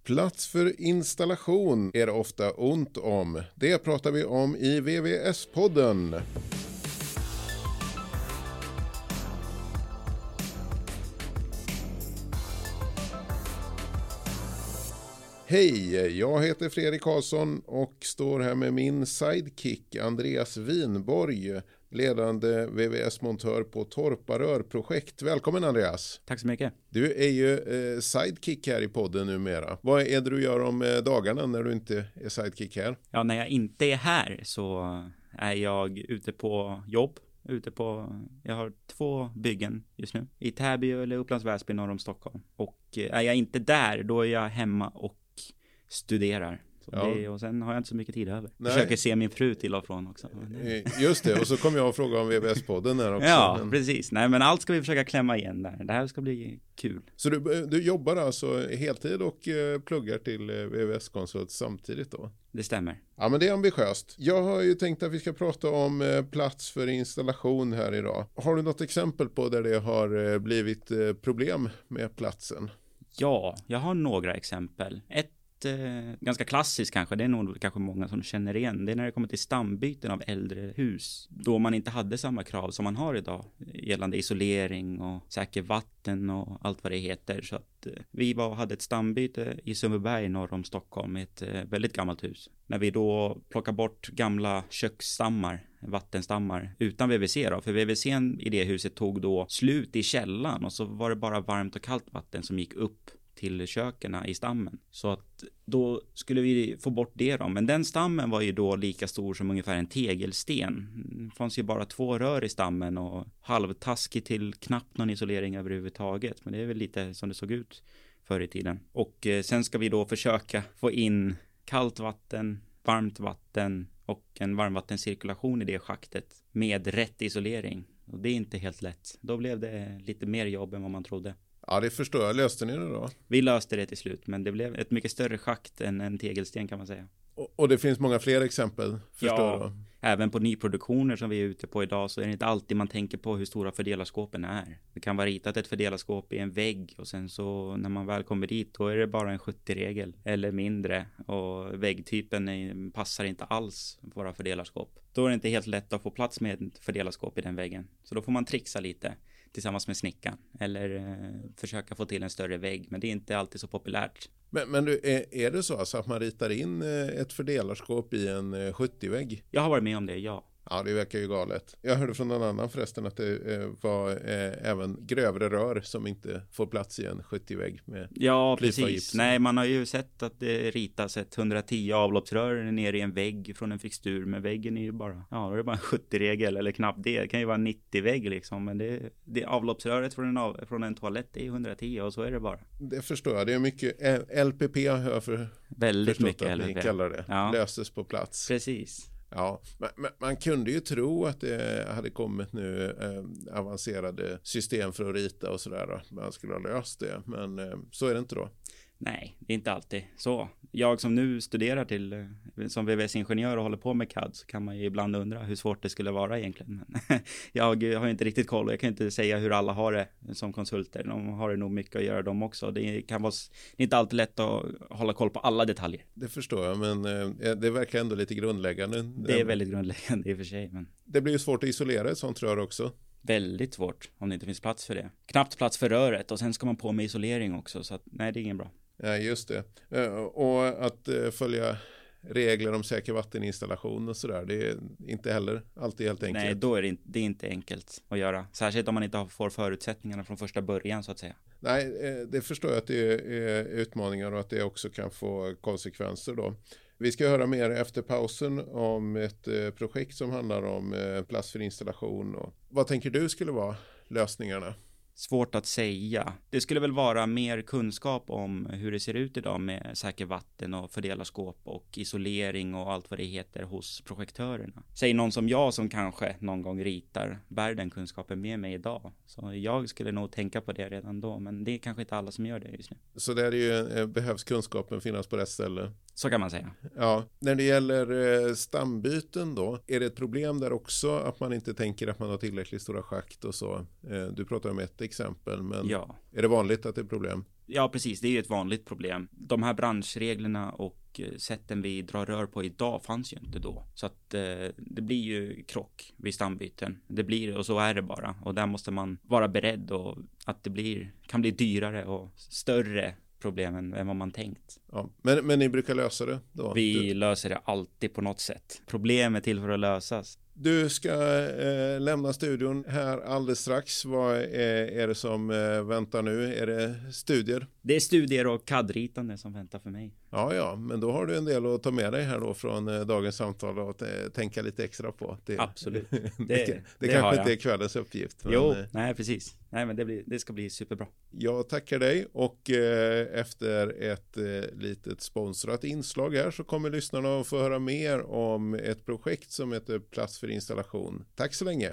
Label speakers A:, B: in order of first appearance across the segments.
A: Plats för installation är det ofta ont om. Det pratar vi om i VVS-podden. Hej, jag heter Fredrik Karlsson och står här med min sidekick Andreas Winborg, ledande VVS-montör på Torparör-projekt. Välkommen Andreas.
B: Tack så mycket.
A: Du är ju sidekick här i podden numera. Vad är det du gör om dagarna när du inte är sidekick här?
B: Ja, när jag inte är här så är jag ute på jobb. Jag har 2 byggen just nu. I Täby eller Upplands Väsby norr om Stockholm. Och är jag inte där, då är jag hemma och studerar. Och sen har jag inte så mycket tid över. Nej. Försöker se min fru till och från också.
A: Just det, och så kommer jag att fråga om VVS-podden här också.
B: Ja, precis. Nej, men allt ska vi försöka klämma igen där. Det här ska bli kul.
A: Så du jobbar alltså heltid och pluggar till VVS-konsult samtidigt då?
B: Det stämmer.
A: Ja, men det är ambitiöst. Jag har ju tänkt att vi ska prata om plats för installation här idag. Har du något exempel på där det har blivit problem med platsen?
B: Ja, jag har några exempel. Ett ganska klassiskt kanske, det är nog kanske många som känner igen. Det är när det kommer till stambyten av äldre hus. Då man inte hade samma krav som man har idag gällande isolering och säker vatten och allt vad det heter. Så att vi hade ett stambyte i Sundbyberg norr om Stockholm med ett väldigt gammalt hus. När vi då plockar bort gamla köksstammar, vattenstammar utan VVC då. För VVC:n i det huset tog då slut i källan och så var det bara varmt och kallt vatten som gick upp till kökerna i stammen. Så att då skulle vi få bort det då. Men den stammen var ju då lika stor som ungefär en tegelsten. Det fanns ju bara 2 rör i stammen och halvtaskig till knappt någon isolering överhuvudtaget. Men det är väl lite som det såg ut förr i tiden. Och sen ska vi då försöka få in kallt vatten, varmt vatten och en varmvattencirkulation i det schaktet med rätt isolering. Och det är inte helt lätt. Då blev det lite mer jobb än vad man trodde.
A: Ja, det förstår jag. Löste ni det då?
B: Vi löste det till slut, men det blev ett mycket större schakt än en tegelsten kan man säga.
A: Och det finns många fler exempel, förstår jag.
B: Även på nyproduktioner som vi är ute på idag så är det inte alltid man tänker på hur stora fördelarskåpen är. Det kan vara ritat ett fördelarskåp i en vägg och sen så när man väl kommer dit då är det bara en 70-regel eller mindre och väggtypen passar inte alls på våra fördelarskåp. Då är det inte helt lätt att få plats med ett fördelarskåp i den väggen. Så då får man trixa lite tillsammans med snickaren eller försöka få till en större vägg, men det är inte alltid så populärt.
A: Men du, är det så alltså att man ritar in ett fördelarskåp i en 70-vägg?
B: Jag har varit med om det, ja.
A: Ja, det verkar ju galet. Jag hörde från någon annan förresten att det var även grövre rör som inte får plats i en 70-vägg med. Ja,
B: precis. Nej, man har ju sett att det ritas ett 110 avloppsrör ner i en vägg från en fixtur, men väggen är ju bara, ja, det är bara en 70-regel eller knappt det. Det kan ju vara en 90-vägg liksom, men det avloppsröret från en toalett är 110 och så är det bara. Det
A: förstår jag. Det är mycket LPP har jag
B: väldigt mycket
A: att ni kallar det. Ja. Löses på plats.
B: Precis.
A: Ja, men man kunde ju tro att det hade kommit nu avancerade system för att rita och sådär. Man skulle ha löst det, men så är det inte då.
B: Nej, det är inte alltid så. Jag som nu studerar som VVS-ingenjör och håller på med CAD så kan man ju ibland undra hur svårt det skulle vara egentligen. Men jag har inte riktigt koll och jag kan inte säga hur alla har det som konsulter. De har det nog mycket att göra dem också. Det är inte alltid lätt att hålla koll på alla detaljer.
A: Det förstår jag, men det verkar ändå lite grundläggande.
B: Det är väldigt grundläggande i och för sig. Men
A: det blir ju svårt att isolera ett sånt rör också.
B: Väldigt svårt om det inte finns plats för det. Knappt plats för röret och sen ska man på med isolering också. Så att, nej, det är ingen bra.
A: Ja, just det. Och att följa regler om säker vatteninstallation och sådär, det är inte heller alltid helt enkelt.
B: Nej, då är det inte enkelt att göra. Särskilt om man inte får förutsättningarna från första början så att säga.
A: Nej, det förstår jag att det är utmaningar och att det också kan få konsekvenser då. Vi ska höra mer efter pausen om ett projekt som handlar om plats för installation. Och vad tänker du skulle vara lösningarna?
B: Svårt att säga. Det skulle väl vara mer kunskap om hur det ser ut idag med säker vatten och fördelarskåp och isolering och allt vad det heter hos projektörerna. Säg någon som jag som kanske någon gång ritar, bär den kunskapen med mig idag. Så jag skulle nog tänka på det redan då, men det är kanske inte alla som gör det just nu.
A: Så där är ju, behövs kunskapen finnas på rätt ställe?
B: Så kan man säga.
A: Ja, när det gäller stambyten då, är det ett problem där också att man inte tänker att man har tillräckligt stora schakt och så? Du pratar om ett exempel. Men
B: Ja.
A: är det vanligt att det är problem?
B: Ja, precis. Det är ju ett vanligt problem. De här branschreglerna och sätten vi drar rör på idag fanns ju inte då. Så att det blir ju krock vid stambyten. Det blir, och så är det bara. Och där måste man vara beredd och att det kan bli dyrare och större problem än vad man tänkt.
A: Ja, men ni brukar lösa det då?
B: Vi löser det alltid på något sätt. Problem är till för att lösas.
A: Du ska lämna studion här alldeles strax. Vad är det som väntar nu? Är det studier?
B: Det är studier och CAD-ritande som väntar för mig.
A: Ja, men då har du en del att ta med dig här då från dagens samtal och tänka lite extra på.
B: Absolut.
A: Det kanske inte är kvällens uppgift. Men,
B: jo, nej precis. Nej, men det ska bli superbra.
A: Jag tackar dig och efter ett litet sponsrat inslag här så kommer lyssnarna att få höra mer om ett projekt som heter Plats för installation. Tack så länge!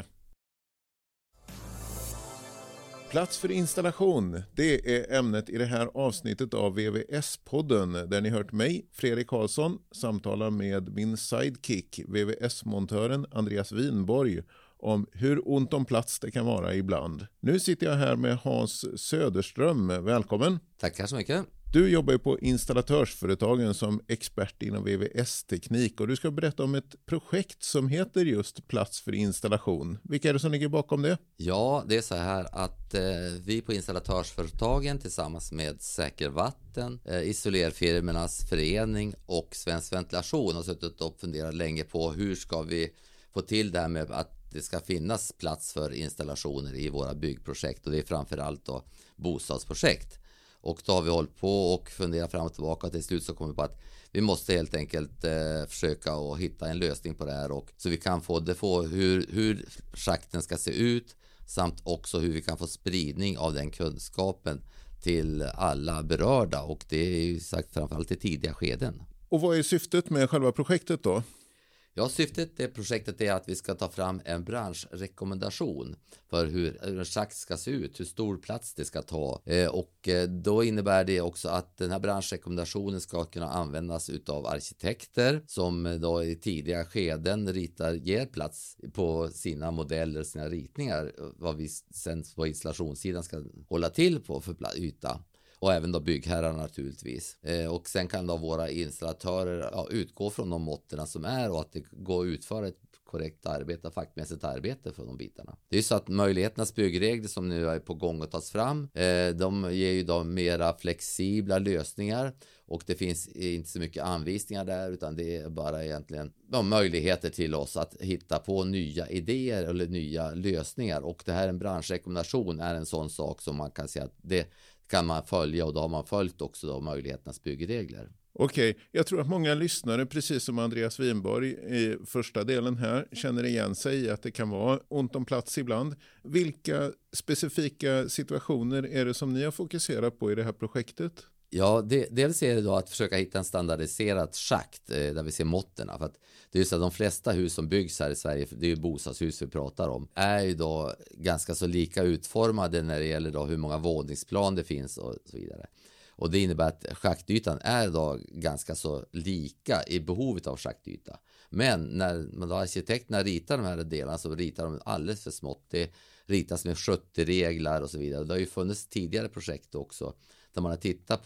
A: Plats för installation, det är ämnet i det här avsnittet av VVS-podden där ni hört mig, Fredrik Karlsson, samtala med min sidekick, VVS-montören Andreas Winborg, om hur ont om plats det kan vara ibland. Nu sitter jag här med Hans Söderström. Välkommen!
C: Tackar så mycket!
A: Du jobbar ju på installatörsföretagen som expert inom VVS-teknik och du ska berätta om ett projekt som heter just Plats för installation. Vilka är det som ligger bakom det?
C: Ja, det är så här att vi på installatörsföretagen tillsammans med Säkervatten, Isolerfirmernas förening och Svensk Ventilation har suttit och funderat länge på hur ska vi få till det här med att det ska finnas plats för installationer i våra byggprojekt och det är framförallt då bostadsprojekt. Och då har vi hållit på och funderat fram och tillbaka och till slut så kommer vi på att vi måste helt enkelt försöka att hitta en lösning på det här och så vi kan få hur schakten ska se ut samt också hur vi kan få spridning av den kunskapen till alla berörda och det är ju sagt framförallt i tidiga skeden.
A: Och vad är syftet med själva projektet då?
C: Ja, syftet i projektet är att vi ska ta fram en branschrekommendation för hur en schakt ska se ut, hur stor plats det ska ta. Och då innebär det också att den här branschrekommendationen ska kunna användas utav arkitekter som då i tidiga skeden ger plats på sina modeller, sina ritningar, vad vi sen på installationssidan ska hålla till på för yta. Och även då byggherrar naturligtvis. Och sen kan då våra installatörer utgå från de måtten som är och att det går att utföra ett korrekt arbete, fackmässigt arbete för de bitarna. Det är så att möjligheternas byggregler som nu är på gång att tas fram, de ger ju då mera flexibla lösningar och det finns inte så mycket anvisningar där utan det är bara egentligen möjligheter till oss att hitta på nya idéer eller nya lösningar och det här en branschrekommendation är en sån sak som man kan säga att det kan man följa och då har man följt också då möjligheternas byggregler.
A: Okej, jag tror att många lyssnare, precis som Andreas Winborg i första delen här, känner igen sig i att det kan vara ont om plats ibland. Vilka specifika situationer är det som ni har fokuserat på i det här projektet?
C: Ja, dels är det då att försöka hitta en standardiserad schakt där vi ser måtterna. För att det är ju så att de flesta hus som byggs här i Sverige, det är ju bostadshus vi pratar om, är ju då ganska så lika utformade när det gäller då hur många våningsplan det finns och så vidare. Och det innebär att schaktytan är då ganska så lika i behovet av schaktyta. Men när arkitekterna ritar de här delarna så ritar de alldeles för smått. Det ritas med 70-reglar och så vidare. Det har ju funnits tidigare projekt också där man har tittat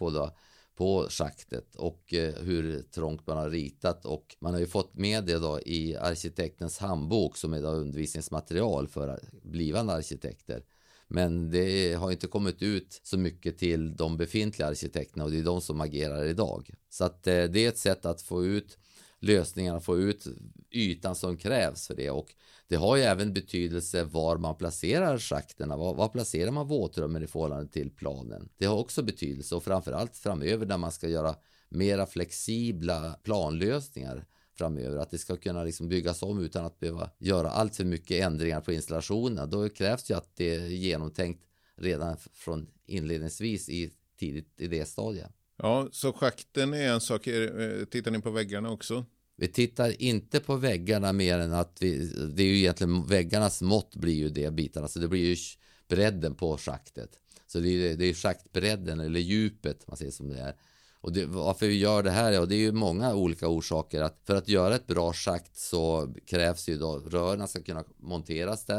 C: på schaktet och hur trångt man har ritat och man har ju fått med det då i arkitektens handbok som är då undervisningsmaterial för blivande arkitekter. Men det har inte kommit ut så mycket till de befintliga arkitekterna och det är de som agerar idag. Så att det är ett sätt att få ut lösningarna, få ut ytan som krävs för det och det har ju även betydelse var man placerar schakterna, var placerar man våtrummen i förhållande till planen. Det har också betydelse och framförallt framöver när man ska göra mera flexibla planlösningar framöver, att det ska kunna liksom byggas om utan att behöva göra allt för mycket ändringar på installationen. Då krävs det ju att det är genomtänkt redan från inledningsvis i tidigt i det stadiet.
A: Ja, så schakten är en sak. Tittar ni på väggarna också?
C: Vi tittar inte på väggarna mer än att det är ju egentligen väggarnas mått blir ju det bitarna. Så det blir ju bredden på schaktet. Så det är schaktbredden eller djupet man säger som det är. Och varför vi gör det här, det är ju många olika orsaker. För att göra ett bra schakt så krävs ju då rörerna ska kunna monteras där.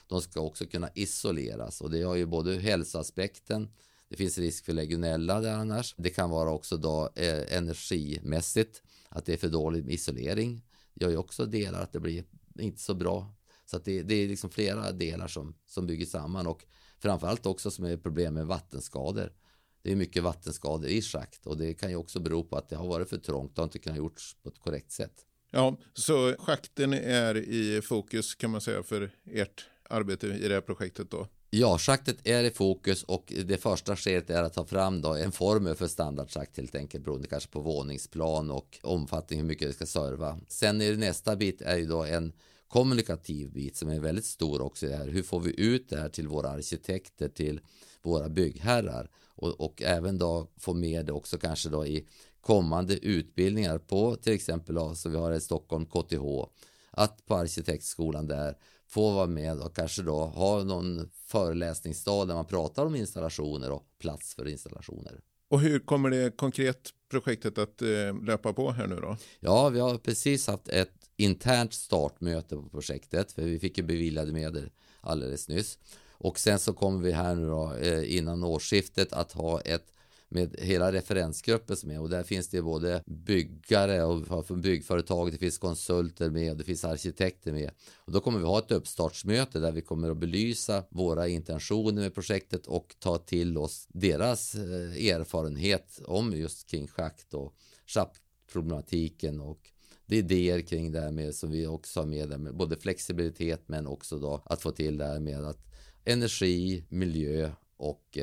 C: de ska också kunna isoleras. Och det har ju både hälsoaspekten, det finns risk för legionella där annars. Det kan vara också då energimässigt, att det är för dålig isolering. Det gör ju också delar att det blir inte så bra. Så att det är liksom flera delar som bygger samman, och framförallt också som är problem med vattenskador. Det är mycket vattenskador i schakt, och det kan ju också bero på att det har varit för trångt och inte kunnat gjorts på ett korrekt sätt.
A: Ja, så schakten är i fokus kan man säga för ert arbete i det här projektet då?
C: Ja, schaktet är i fokus, och det första skedet är att ta fram då en formel för standardschakt helt enkelt, beroende kanske på våningsplan och omfattning, hur mycket det ska serva. Sen är det nästa bit är ju då en kommunikativ bit som är väldigt stor också. Det här. Hur får vi ut det här till våra arkitekter, till våra byggherrar, och även då få med det också kanske då i kommande utbildningar på till exempel då, så vi har i Stockholm KTH, att på arkitektskolan där få vara med och kanske då ha någon föreläsningsdag där man pratar om installationer och plats för installationer.
A: Och hur kommer det konkret projektet att löpa på här nu då?
C: Ja, vi har precis haft ett internt startmöte på projektet, för vi fick ju beviljade medel alldeles nyss. Och sen så kommer vi här nu då innan årsskiftet att ha ett med hela referensgruppen som är, och där finns det både byggare och från byggföretag, det finns konsulter med, det finns arkitekter med, och då kommer vi ha ett uppstartsmöte där vi kommer att belysa våra intentioner med projektet och ta till oss deras erfarenhet om just kring schakt och schaktproblematiken, och det är idéer kring det här med som vi också har med både flexibilitet men också då att få till det här med att energi, miljö och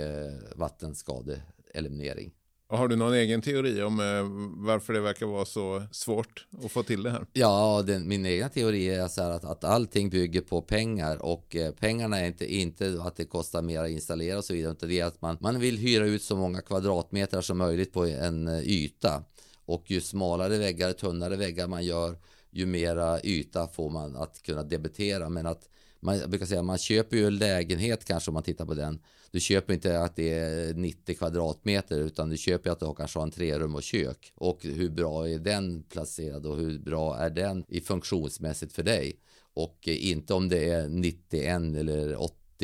C: vattenskadeeliminering.
A: Och har du någon egen teori om varför det verkar vara så svårt att få till det här?
C: Ja, min egen teori är så här att allting bygger på pengar, och pengarna är inte att det kostar mer att installera och så vidare, utan det är att man vill hyra ut så många kvadratmeter som möjligt på en yta, och ju smalare väggar, tunnare väggar man gör, ju mera yta får man att kunna debitera. Men att jag brukar säga, man köper ju en lägenhet kanske om man tittar på den. Du köper inte att det är 90 kvadratmeter, utan du köper att du kanske har en 3-rum och kök. Och hur bra är den placerad och hur bra är den i funktionsmässigt för dig? Och inte om det är 91 eller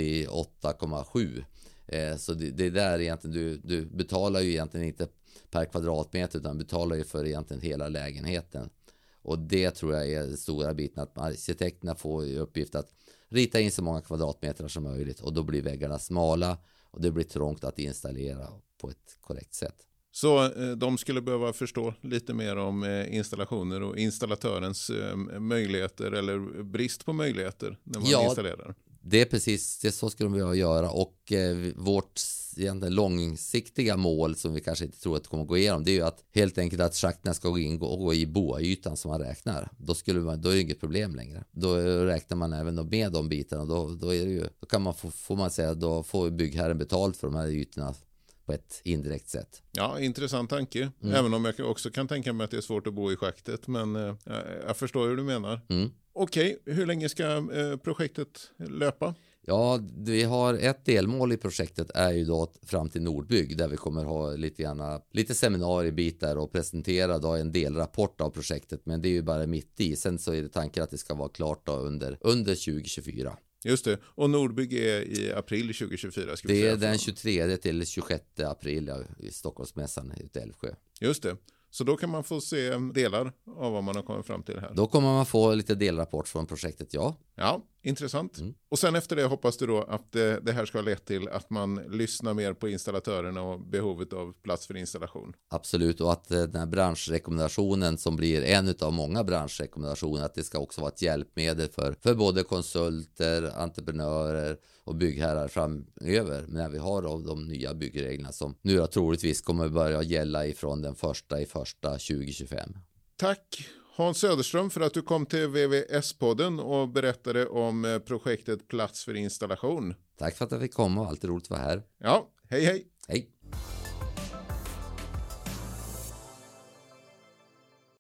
C: 88,7. Så det är där egentligen du betalar ju egentligen inte per kvadratmeter, utan betalar ju för egentligen hela lägenheten. Och det tror jag är den stora biten, att arkitekterna får i uppgift att rita in så många kvadratmeter som möjligt, och då blir väggarna smala och det blir trångt att installera på ett korrekt sätt.
A: Så de skulle behöva förstå lite mer om installationer och installatörens möjligheter eller brist på möjligheter när man installerar?
C: Det är precis det, så skulle de behöva göra, och vårt egentligen långsiktiga mål som vi kanske inte tror att det kommer att gå igenom, det är ju att helt enkelt att schakterna ska gå i boaytan som man räknar. Då är det inget problem längre. Då räknar man även med de bitarna, då är det ju, då kan man får man säga, då får byggherren betalt för de här ytorna på ett indirekt sätt.
A: Ja, intressant tanke. Även om jag också kan tänka mig att det är svårt att bo i schaktet, men jag förstår hur du menar. Okej, hur länge ska projektet löpa?
C: Ja, vi har ett delmål i projektet är ju då fram till Nordbygg, där vi kommer ha lite seminariebitar och presentera då en delrapport av projektet, men det är ju bara mitt i. Sen så är det tanken att det ska vara klart då under 2024.
A: Just det, och Nordbygg är i april 2024.
C: Det är den 23 till 26 april i Stockholmsmässan i Älvsjö.
A: Just det. Så då kan man få se delar av vad man har kommit fram till här.
C: Då kommer man få lite delrapport från projektet, ja.
A: Ja, intressant. Och sen efter det hoppas du då att det här ska ha lett till att man lyssnar mer på installatörerna och behovet av plats för installation.
C: Absolut, och att den här branschrekommendationen som blir en av många branschrekommendationer, att det ska också vara ett hjälpmedel för både konsulter, entreprenörer och byggherrar framöver, när vi har de nya byggreglerna som nu då troligtvis kommer att börja gälla ifrån den 1/1 2025.
A: Tack Hans Söderström för att du kom till VVS-podden och berättade om projektet Plats för installation.
C: Tack för att jag fick komma, alltid roligt att vara här.
A: Ja, hej hej!
C: Hej!